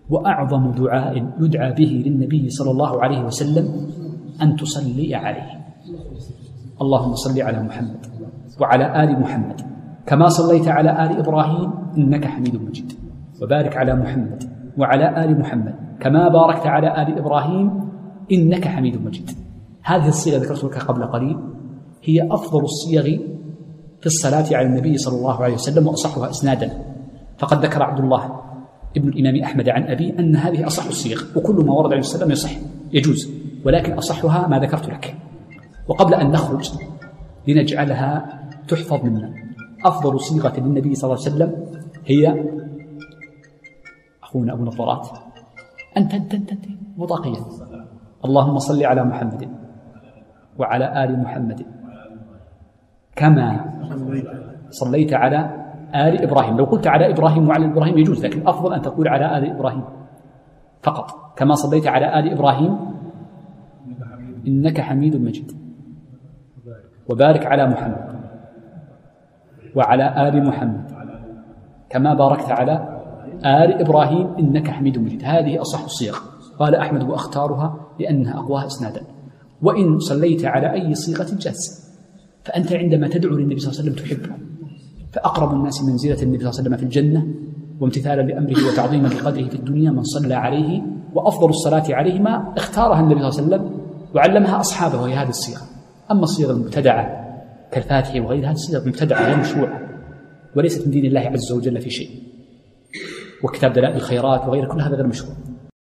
وأعظم دعاء يدعى به للنبي صلى الله عليه وسلم أن تصلي عليه. اللهم صل على محمد وعلى آل محمد كما صليت على آل إبراهيم إنك حميد مجيد، وبارك على محمد وعلى آل محمد كما باركت على آل إبراهيم إنك حميد مجيد. هذه الصيغة ذكرت لك قبل قليل هي أفضل الصيغ في الصلاة على النبي صلى الله عليه وسلم وأصحها إسنادا، فقد ذكر عبد الله ابن الإمام أحمد عن أبي أن هذه أصح الصيغ، وكل ما ورد عليه السلام يصح يجوز، ولكن أصحها ما ذكرت لك. وقبل أن نخرج لنجعلها تحفظ منا، أفضل صيغة للنبي صلى الله عليه وسلم هي أخونا أبو نظارات أنت مطاقيا اللهم صل على محمد وعلى آل محمد كما صليت على آل إبراهيم. لو قلت على إبراهيم وعلى إبراهيم يجوز، لكن أفضل أن تقول على آل إبراهيم فقط، كما صليت على آل إبراهيم إنك حميد مجيد، وبارك على محمد وعلى آل محمد كما باركت على آل إبراهيم إنك حميد مجيد. هذه أصح الصيغ، قال أحمد وأختارها لأنها أقواها إسنادا. وإن صليت على أي صيغة جاز، فأنت عندما تدعو للنبي صلى الله عليه وسلم تحبه، فأقرب الناس منزلة النبي صلى الله عليه وسلم في الجنة وامتثالا لأمره وتعظيما لقدره في الدنيا من صلى عليه، وأفضل الصلاة عليه ما اختارها النبي صلى الله عليه وسلم وعلمها أصحابه، وهي هذه الصيغة. أما الصيغة المبتدعة كالفاتحة وغيرها الصيغة مبتدعة غير مشروعة وليست من دين الله عز وجل في شيء، وكتاب دلائل الخيرات وغيره كل هذا غير مشروع.